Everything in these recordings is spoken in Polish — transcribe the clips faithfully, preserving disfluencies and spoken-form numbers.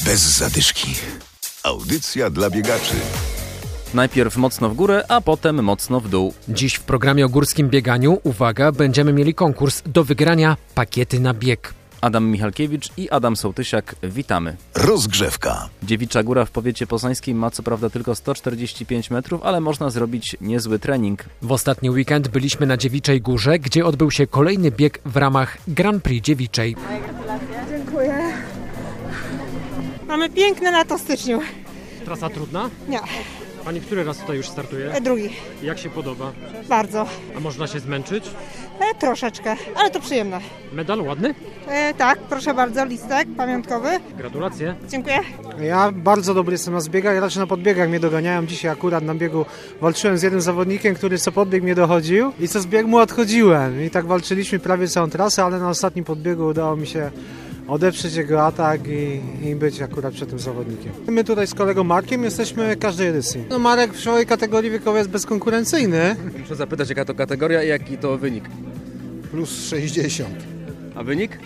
Bez zadyszki. Audycja dla biegaczy. Najpierw mocno w górę, a potem mocno w dół. Dziś w programie o górskim bieganiu, uwaga, będziemy mieli konkurs do wygrania pakiety na bieg. Adam Michalkiewicz i Adam Sołtysiak, witamy. Rozgrzewka. Dziewicza Góra w powiecie poznańskim ma co prawda tylko sto czterdzieści pięć metrów, ale można zrobić niezły trening. W ostatni weekend byliśmy na Dziewiczej Górze, gdzie odbył się kolejny bieg w ramach Grand Prix Dziewiczej. Moje gratulacje. Dziękuję. Mamy piękne lato w styczniu. Trasa trudna? Nie. Pani który raz tutaj już startuje? E, drugi. Jak się podoba? Bardzo. A można się zmęczyć? E, troszeczkę, ale to przyjemne. Medal ładny? E, tak, proszę bardzo, listek pamiątkowy. Gratulacje. Dziękuję. Ja bardzo dobry jestem na zbiegach, raczej na podbiegach mnie doganiają. Dzisiaj akurat na biegu walczyłem z jednym zawodnikiem, który co podbieg mnie dochodził i co z biegu mu odchodziłem. I tak walczyliśmy prawie całą trasę, ale na ostatnim podbiegu udało mi się odeprzeć jego atak i, i być akurat przed tym zawodnikiem. My tutaj z kolegą Markiem jesteśmy każdej edycji. No Marek w swojej kategorii wiekowej jest bezkonkurencyjny. Muszę zapytać, jaka to kategoria i jaki to wynik? Plus sześćdziesiąt. A wynik?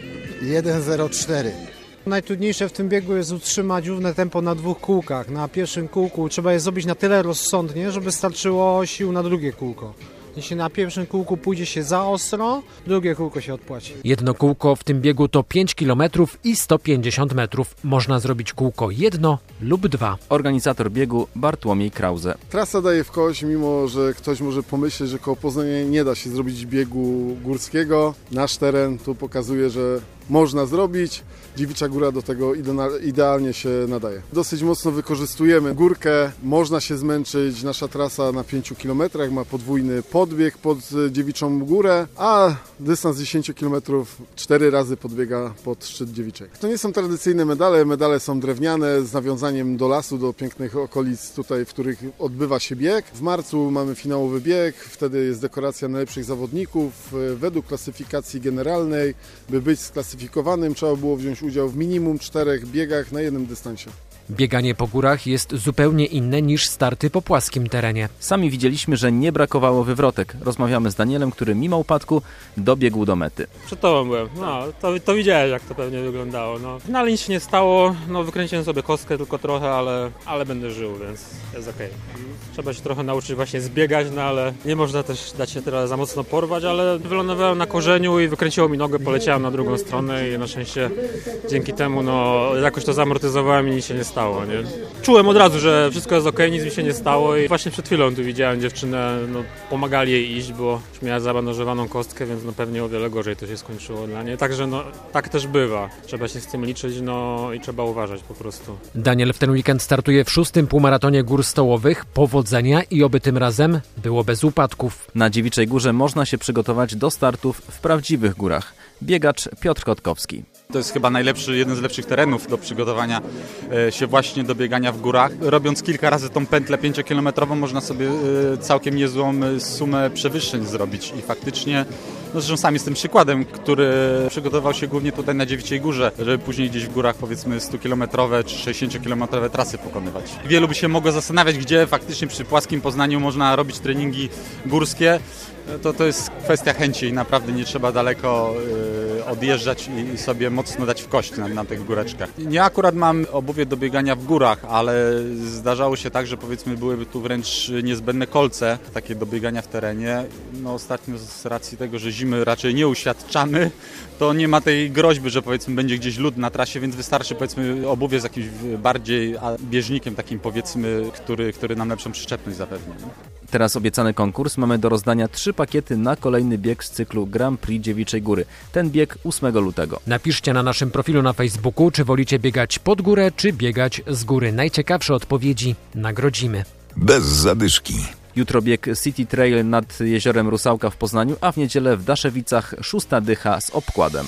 jeden zero cztery. Najtrudniejsze w tym biegu jest utrzymać równe tempo na dwóch kółkach. Na pierwszym kółku trzeba je zrobić na tyle rozsądnie, żeby starczyło sił na drugie kółko. Jeśli na pierwszym kółku pójdzie się za ostro, drugie kółko się odpłaci. Jedno kółko w tym biegu to pięć kilometrów i sto pięćdziesiąt metrów. Można zrobić kółko jedno lub dwa. Organizator biegu Bartłomiej Krause. Trasa daje w kość, mimo że ktoś może pomyśleć, że koło Poznania nie da się zrobić biegu górskiego. Nasz teren tu pokazuje, że można zrobić. Dziewicza Góra do tego idealnie się nadaje. Dosyć mocno wykorzystujemy górkę, można się zmęczyć. Nasza trasa na pięciu kilometrach ma podwójny podbieg pod Dziewiczą Górę, a dystans dziesięć kilometrów cztery razy podbiega pod szczyt Dziewiczej. To nie są tradycyjne medale, medale są drewniane z nawiązaniem do lasu, do pięknych okolic tutaj, w których odbywa się bieg. W marcu mamy finałowy bieg, wtedy jest dekoracja najlepszych zawodników. Według klasyfikacji generalnej, by być sklasyfikowanym, trzeba było wziąć udział w minimum czterech biegach na jednym dystansie. Bieganie po górach jest zupełnie inne niż starty po płaskim terenie. Sami widzieliśmy, że nie brakowało wywrotek. Rozmawiamy z Danielem, który mimo upadku dobiegł do mety. Przed tobą byłem, no to, to widziałeś, jak to pewnie wyglądało. No. W finale nic się nie stało, no wykręciłem sobie kostkę tylko trochę, ale, ale będę żył, więc jest okej. Okay. Trzeba się trochę nauczyć właśnie zbiegać, no ale nie można też dać się teraz za mocno porwać, ale wylądowałem na korzeniu i wykręciło mi nogę, poleciałem na drugą stronę i na szczęście dzięki temu no jakoś to zamortyzowałem i nic się nie stało. Nie? Czułem od razu, że wszystko jest okej, nic mi się nie stało i właśnie przed chwilą tu widziałem dziewczynę, no, pomagali jej iść, bo już miała zabandażowaną kostkę, więc no, pewnie o wiele gorzej to się skończyło dla niej. Także no, tak też bywa. Trzeba się z tym liczyć no, i trzeba uważać po prostu. Daniel w ten weekend startuje w szóstym półmaratonie gór stołowych. Powodzenia i oby tym razem było bez upadków. Na Dziewiczej Górze można się przygotować do startów w prawdziwych górach. Biegacz Piotr Kotkowski. To jest chyba najlepszy, jeden z lepszych terenów do przygotowania się właśnie do biegania w górach. Robiąc kilka razy tą pętlę pięciokilometrową można sobie całkiem niezłą sumę przewyższeń zrobić i faktycznie, no zresztą sam jestem przykładem, który przygotował się głównie tutaj na Dziewiczej Górze, żeby później gdzieś w górach powiedzmy stukilometrowe czy sześćdziesięciokilometrowe trasy pokonywać. Wielu by się mogło zastanawiać, gdzie faktycznie przy płaskim Poznaniu można robić treningi górskie. To, to jest kwestia chęci i naprawdę nie trzeba daleko y, odjeżdżać i, i sobie mocno dać w kość na, na tych góreczkach. Ja akurat mam obuwie do biegania w górach, ale zdarzało się tak, że powiedzmy byłyby tu wręcz niezbędne kolce, takie do biegania w terenie. No ostatnio z racji tego, że zimy raczej nie uświadczamy, to nie ma tej groźby, że powiedzmy będzie gdzieś lód na trasie, więc wystarczy powiedzmy obuwie z jakimś bardziej bieżnikiem takim powiedzmy, który, który nam lepszą przyczepność zapewni. Teraz obiecany konkurs. Mamy do rozdania trzy pakiety na kolejny bieg z cyklu Grand Prix Dziewiczej Góry. Ten bieg ósmego lutego. Napiszcie na naszym profilu na Facebooku, czy wolicie biegać pod górę, czy biegać z góry. Najciekawsze odpowiedzi nagrodzimy. Bez zadyszki. Jutro bieg City Trail nad jeziorem Rusałka w Poznaniu, a w niedzielę w Daszewicach szósta dycha z obkładem.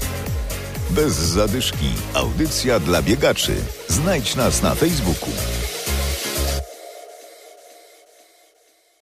Bez zadyszki. Audycja dla biegaczy. Znajdź nas na Facebooku.